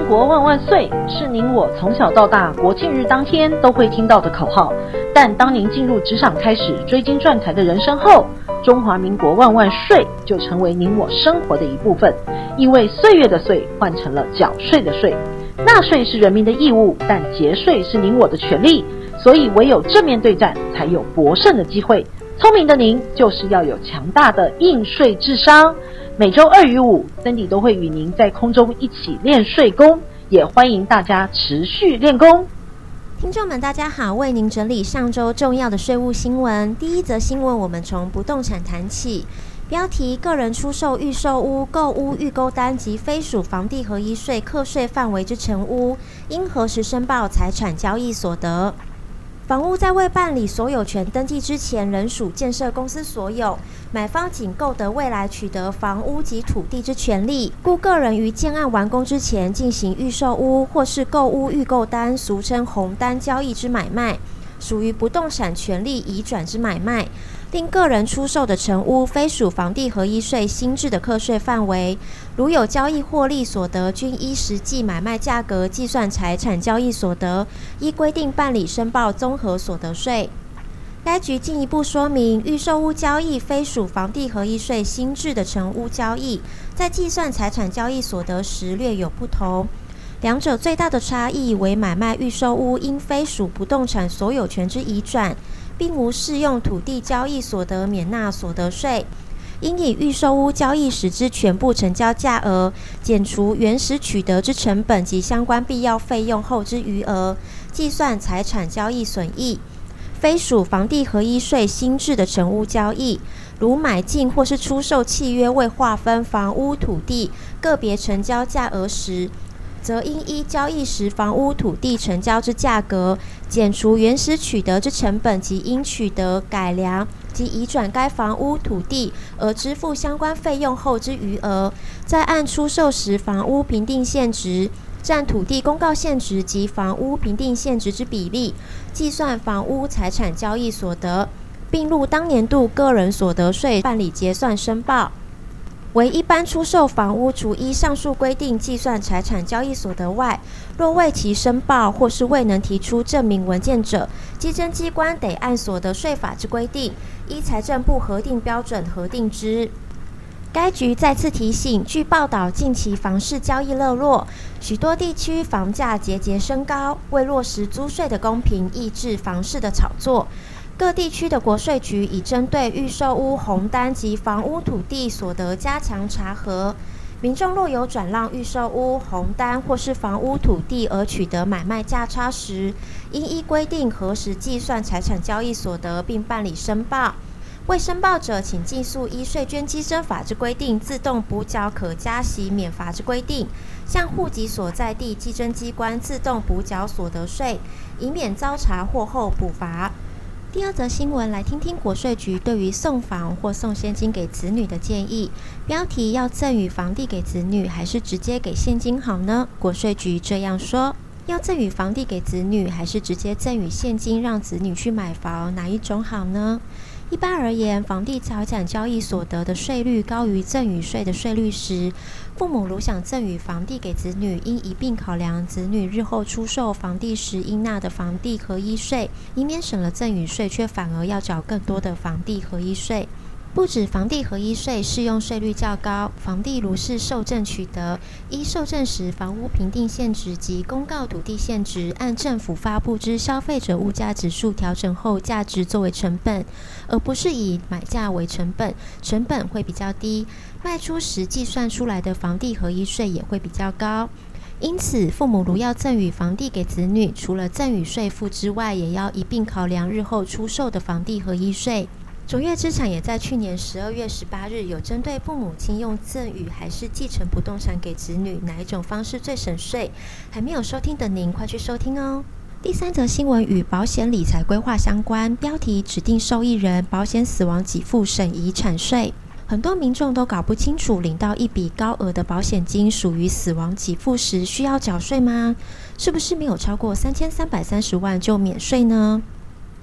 国万万岁是您我从小到大国庆日当天都会听到的口号，但当您进入职场开始追金赚财的人生后，中华民国万万岁就成为您我生活的一部分，因为岁月的岁换成了缴税的税。纳税是人民的义务，但节税是您我的权利，所以唯有正面对战才有博胜的机会。聪明的您就是要有强大的应税智商。每周2与5 Cindy 都会与您在空中一起练税功，也欢迎大家持续练功。 听众们大家好，为您整理上周重要的税务新闻。第一则新闻，我们从不动产谈起。标题：个人出售预售屋、购屋预购单及非属房地合一税课税范围之成屋，应何时申报财产交易所得？房屋在未办理所有权登记之前，仍属建设公司所有，买方仅购得未来取得房屋及土地之权利，故个人于建案完工之前进行预售屋或是购屋预购单，俗称红单交易之买卖，属于不动产权利移转之买卖。另个人出售的成屋非属房地合一税新制的课税范围，如有交易获利所得，均依实际买卖价格计算财产交易所得，依规定办理申报综合所得税。该局进一步说明，预售屋交易非属房地合一税新制的成屋交易，在计算财产交易所得时略有不同。两者最大的差异为买卖预售屋因非属不动产所有权之移转，并无适用土地交易所得免纳所得税，应以预售屋交易时之全部成交价额，减除原始取得之成本及相关必要费用后之余额，计算财产交易损益。非属房地合一税新制的成屋交易，如买进或是出售契约未划分房屋土地个别成交价额时，则应依交易时房屋土地成交之价格，减除原始取得之成本及应取得、改良及移转该房屋土地而支付相关费用后之余额，再按出售时房屋评定现值占土地公告现值及房屋评定现值之比例，计算房屋财产交易所得，并入当年度个人所得税办理结算申报。为一般出售房屋，除依上述规定计算财产交易所得外，若未其申报或是未能提出证明文件者，稽征机关得按所得税法之规定，依财政部核定标准核定之。该局再次提醒，据报道，近期房市交易热络，许多地区房价节节升高，为落实租税的公平，抑制房市的炒作。各地区的国税局已针对预售屋红单及房屋土地所得加强查核，民众若有转让预售屋、红单或是房屋土地而取得买卖价差时，应依规定核实计算财产交易所得，并办理申报。未申报者，请尽速依税捐稽征法之规定，自动补缴可加息免罚之规定，向户籍所在地稽征机关自动补缴所得税，以免遭查获后补罚。第二则新闻，来听听国税局对于送房或送现金给子女的建议。标题：要赠与房地给子女，还是直接给现金好呢？国税局这样说：要赠与房地给子女，还是直接赠与现金让子女去买房，哪一种好呢？一般而言，房地产交易所得的税率高于赠与税的税率时，父母如想赠与房地给子女，应一并考量子女日后出售房地时应纳的房地合一税，以免省了赠与税，却反而要缴更多的房地合一税。不止房地合一税适用税率较高，房地如是受赠取得，依受赠时房屋评定现值及公告土地现值，按政府发布之消费者物价指数调整后价值作为成本，而不是以买价为成本，成本会比较低，卖出时计算出来的房地合一税也会比较高。因此，父母如要赠与房地给子女，除了赠与税负之外，也要一并考量日后出售的房地合一税。卓越资产也在去年12月18日有针对父母亲用赠与还是继承不动产给子女，哪一种方式最省税？还没有收听的您，快去收听哦！第三则新闻与保险理财规划相关，标题：指定受益人保险死亡给付省遗产税。很多民众都搞不清楚，领到一笔高额的保险金属于死亡给付时需要缴税吗？是不是没有超过3330万就免税呢？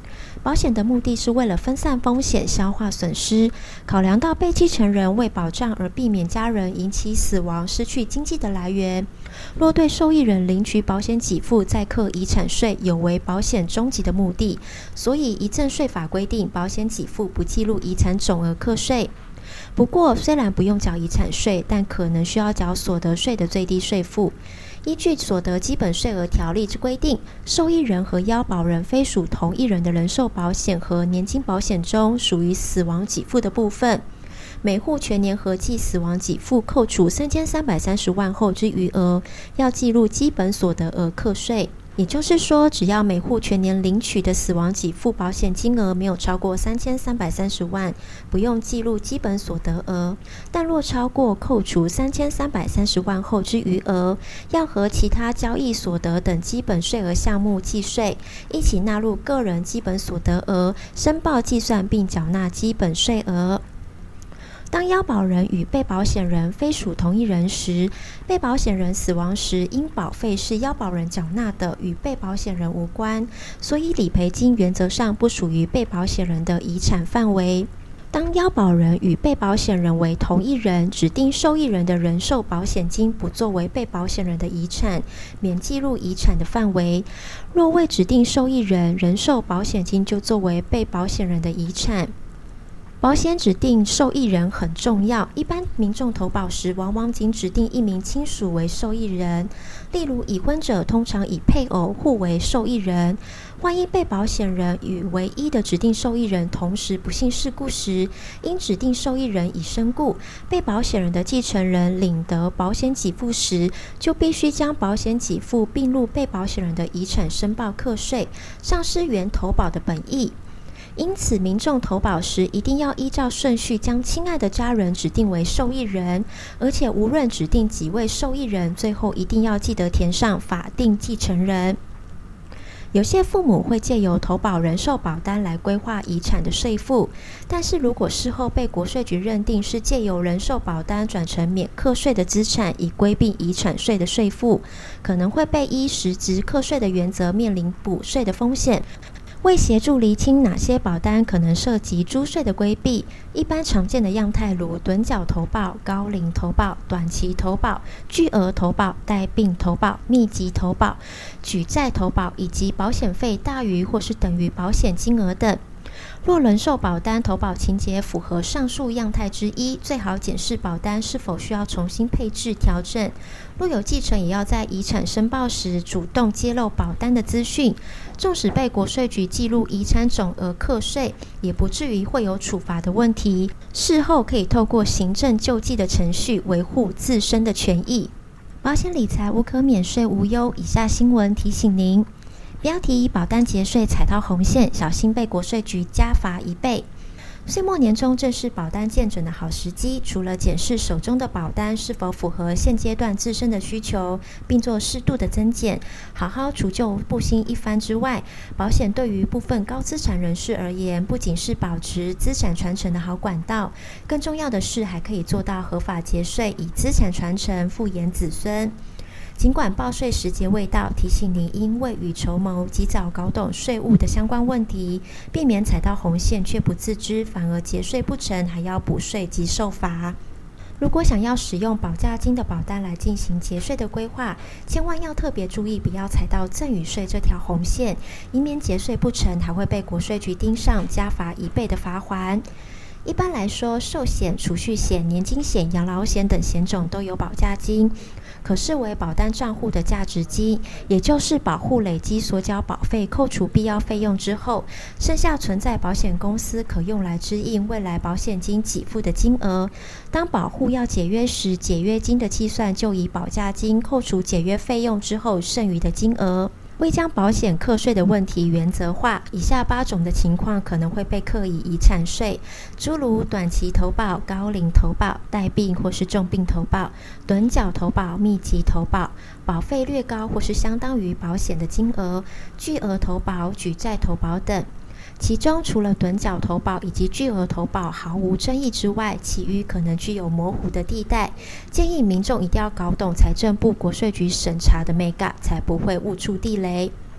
保险的目的是为了分散风险、消化损失，考量到被继承人为保障而避免家人引起死亡、失去经济的来源。若对受益人领取保险给付再课遗产税，有违保险终极的目的，所以遗赠税法规定，保险给付不计入遗产总额课税。不过，虽然不用缴遗产税，但可能需要缴所得税的最低税负。依据所得基本税额条例之规定，受益人和要保人非属同一人的人寿保险和年金保险中属于死亡给付的部分，每户全年合计死亡给付扣除3330万后之余额，要计入基本所得额课税。也就是说，只要每户全年领取的死亡给付保险金额没有超过3330万，不用计入基本所得额；但若超过扣除3330万后之余额，要和其他交易所得等基本税额项目计税，一起纳入个人基本所得额，申报计算并缴纳基本税额。当要保人与被保险人非属同一人时，被保险人死亡时，因保费是要保人缴纳的，与被保险人无关，所以理赔金原则上不属于被保险人的遗产范围。当要保人与被保险人为同一人，指定受益人的人寿保险金不作为被保险人的遗产，免计入遗产的范围。若未指定受益人，人寿保险金就作为被保险人的遗产。保险指定受益人很重要，一般民众投保时往往仅指定一名亲属为受益人，例如已婚者通常以配偶互为受益人。万一被保险人与唯一的指定受益人同时不幸事故时，因指定受益人已身故，被保险人的继承人领得保险给付时，就必须将保险给付并入被保险人的遗产申报课税，丧失原投保的本意。因此，民众投保时一定要依照顺序将亲爱的家人指定为受益人，而且无论指定几位受益人，最后一定要记得填上法定继承人。有些父母会借由投保人寿保单来规划遗产的税负，但是如果事后被国税局认定是借由人寿保单转成免课税的资产，以规避遗产税的税负，可能会被依实质课税的原则面临补税的风险。为协助厘清哪些保单可能涉及租税的规避，一般常见的样态如趸缴投保、高龄投保、短期投保、巨额投保、带病投保、密集投保、举债投保以及保险费大于或是等于保险金额等。若人寿保单投保情节符合上述样态之一，最好检视保单是否需要重新配置调整。若有继承，也要在遗产申报时主动揭露保单的资讯。纵使被国税局记录遗产总额课税，也不至于会有处罚的问题。事后可以透过行政救济的程序维护自身的权益。保险理财无可免税无忧。以下新闻提醒您。标题：保单节税踩到红线，小心被国税局加罚1倍。岁末年终正是保单健诊的好时机，除了检视手中的保单是否符合现阶段自身的需求，并做适度的增减，好好除旧布新一番之外，保险对于部分高资产人士而言，不仅是保持资产传承的好管道，更重要的是还可以做到合法节税，以资产传承复延子孙。尽管报税时节未到，提醒您应未雨绸缪，及早搞懂税务的相关问题，避免踩到红线却不自知，反而节税不成，还要补税及受罚。如果想要使用保价金的保单来进行节税的规划，千万要特别注意，不要踩到赠与税这条红线，以免节税不成，还会被国税局盯上，加罚1倍的罚锾。一般来说，寿险、储蓄险、年金险、养老险等险种都有保价金，可视为保单账户的价值金，也就是保户累积所缴保费扣除必要费用之后，剩下存在保险公司可用来支应未来保险金给付的金额。当保户要解约时，解约金的计算就以保价金扣除解约费用之后剩余的金额。为将保险课税的问题原则化，以下8种的情况可能会被课以遗产税，诸如短期投保、高龄投保、带病或是重病投保、趸缴投保、密集投保、保费略高或是相当于保险的金额、巨额投保、举债投保等。其中除了趸缴投保以及巨额投保毫无争议之外，其余可能具有模糊的地带，建议民众一定要搞懂财政部国税局审查的眉角，才不会误触地雷。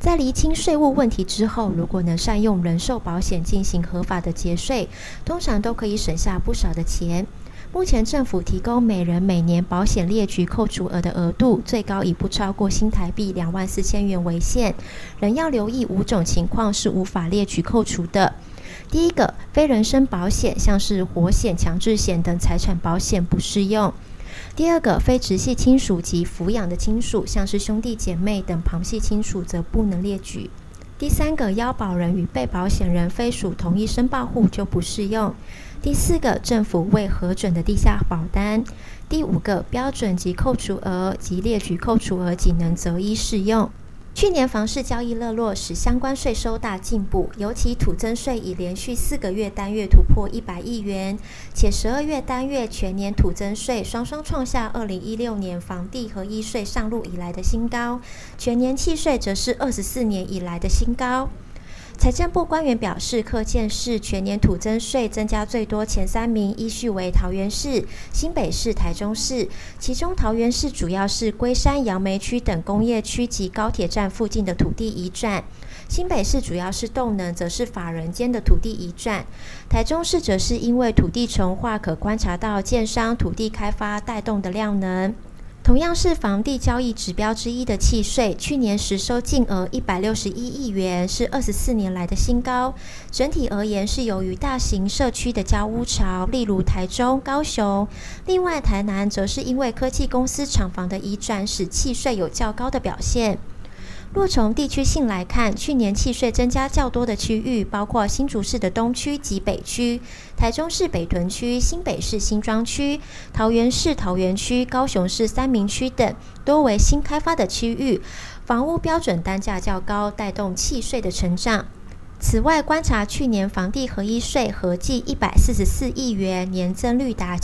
在厘清税务问题之后，如果能善用人寿保险进行合法的节税，通常都可以省下不少的钱。目前政府提供每人每年保险列举扣除额的额度，最高以不超过新台币24000元为限，仍要留意5种情况是无法列举扣除的。第一个，非人身保险，像是火险、强制险等财产保险不适用。第二个，非直系亲属及抚养的亲属，像是兄弟姐妹等旁系亲属则不能列举。第三个，要保人与被保险人非属同一申报户就不适用。第四个，政府未核准的地下保单。第五个，标准及扣除额及列举扣除额仅能择一适用。去年房市交易热络，使相关税收大进步，尤其土增税已连续4个月单月突破100亿元，且12月单月全年土增税双双创下2016年房地合一税上路以来的新高，全年契税则是24年以来的新高。财政部官员表示，各县市全年土增税增加最多前3名依序为桃园市、新北市、台中市，其中桃园市主要是龟山、杨梅区等工业区及高铁站附近的土地移转，新北市主要是动能，则是法人间的土地移转，台中市则是因为土地重划可观察到建商土地开发带动的量能。同样是房地交易指标之一的契税，去年实收净额161亿元，是24年来的新高。整体而言是由于大型社区的交屋潮，例如台中、高雄。另外台南则是因为科技公司厂房的移转，使契税有较高的表现。若从地区性来看，去年契税增加较多的区域包括新竹市的东区及北区、台中市北屯区、新北市新庄区、桃园市桃园区、高雄市三民区等，多为新开发的区域，房屋标准单价较高，带动契税的成长。此外，观察去年房地合一税合计144亿元，年增率达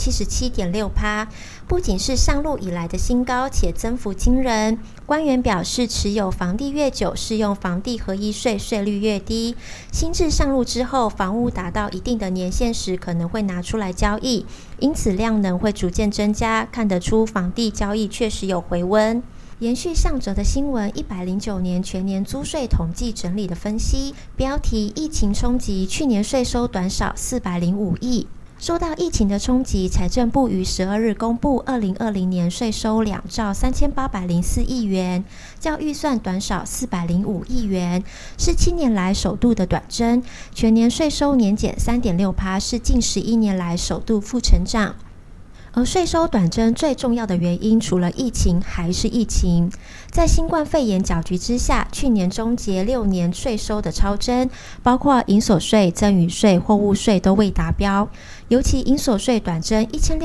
77.6%， 不仅是上路以来的新高，且增幅惊人。官员表示，持有房地越久，适用房地合一税税率越低。新制上路之后，房屋达到一定的年限时，可能会拿出来交易，因此量能会逐渐增加，看得出房地交易确实有回温。延续上则的新闻，109年全年租税统计整理的分析，标题：疫情冲击，去年税收短少405亿。受到疫情的冲击，财政部于12日公布2020年税收2兆3804亿元，较预算短少405亿元，是7年来首度的短增，全年税收年减 3.6%， 是近11年来首度负成长。而税收短增最重要的原因，除了疫情还是疫情。在新冠肺炎搅局之下，去年终结6年税收的超增，包括营所税、赠与税、货物税都未达标，尤其营所税短增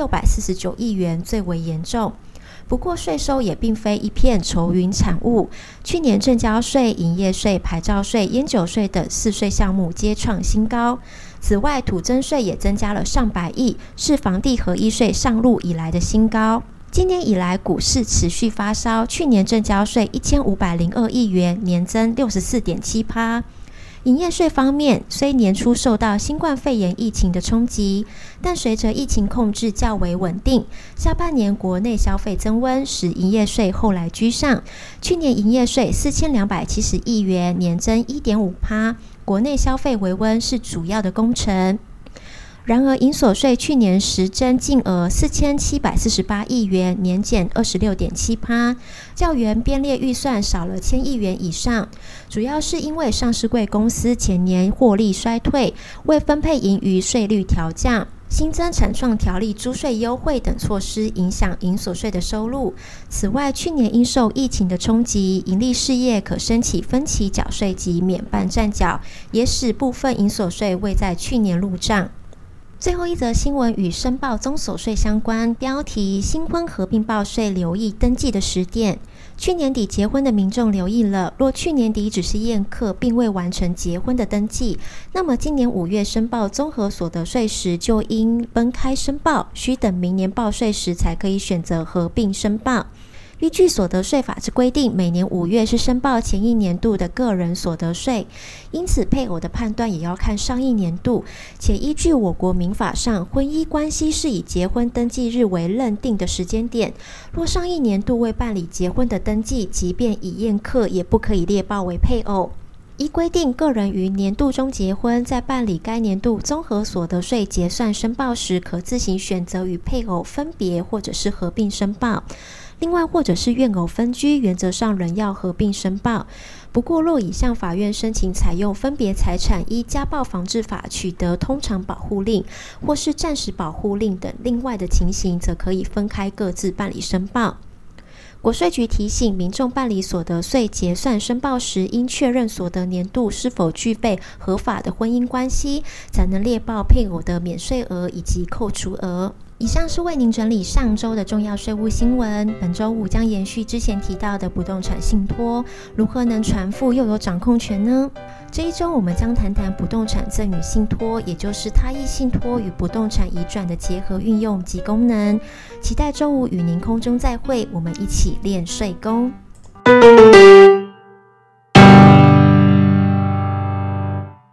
1649亿元最为严重。不过税收也并非一片愁云惨雾，去年证交税、营业税、牌照税、菸酒税等4税项目皆创新高。此外，土增税也增加了上百亿，是房地合一税上路以来的新高。今年以来，股市持续发烧，去年证交税1502亿元，年增64.7%。营业税方面，虽年初受到新冠肺炎疫情的冲击，但随着疫情控制较为稳定，下半年国内消费增温，使营业税后来居上。去年营业税4270亿元，年增 1.5%， 国内消费微温是主要的功臣。然而，营所税去年实征净额4748亿元，年减 26.7%， 较原编列预算少了1000亿元以上，主要是因为上市柜公司前年获利衰退，未分配盈余税率调降，新增产创条例租税优惠等措施影响营所税的收入。此外，去年因受疫情的冲击，营利事业可申请分期缴税及免办暂缴，也使部分营所税未在去年入账。最后一则新闻与申报综所税相关，标题：新婚合并报税留意登记的时点。去年底结婚的民众留意了，若去年底只是宴客并未完成结婚的登记，那么今年5月申报综合所得税时就应分开申报，需等明年报税时才可以选择合并申报。 依据所得税法之规定，每年5月是申报前一年度的个人所得税，因此配偶的判断也要看上一年度，且依据我国民法上，婚姻关系是以结婚登记日为认定的时间点，若上一年度未办理结婚的登记，即便已验课，也不可以列报为配偶。依规定，个人于年度中结婚，在办理该年度综合所得税结算申报时，可自行选择与配偶分别或者是合并申报。另外，或者是怨偶分居，原则上仍要合并申报。不过，若已向法院申请采用分别财产依家暴防治法取得通常保护令或是暂时保护令等另外的情形，则可以分开各自办理申报。国税局提醒民众办理所得税结算申报时，应确认所得年度是否具备合法的婚姻关系，才能列报配偶的免税额以及扣除额。以上是为您整理上周的重要税务新闻，本周五将延续之前提到的不动产信托，如何能传付又有掌控权呢？这一周我们将谈谈不动产赠与信托，也就是他益信托与不动产移转的结合运用及功能。期待周五与您空中再会，我们一起练税功。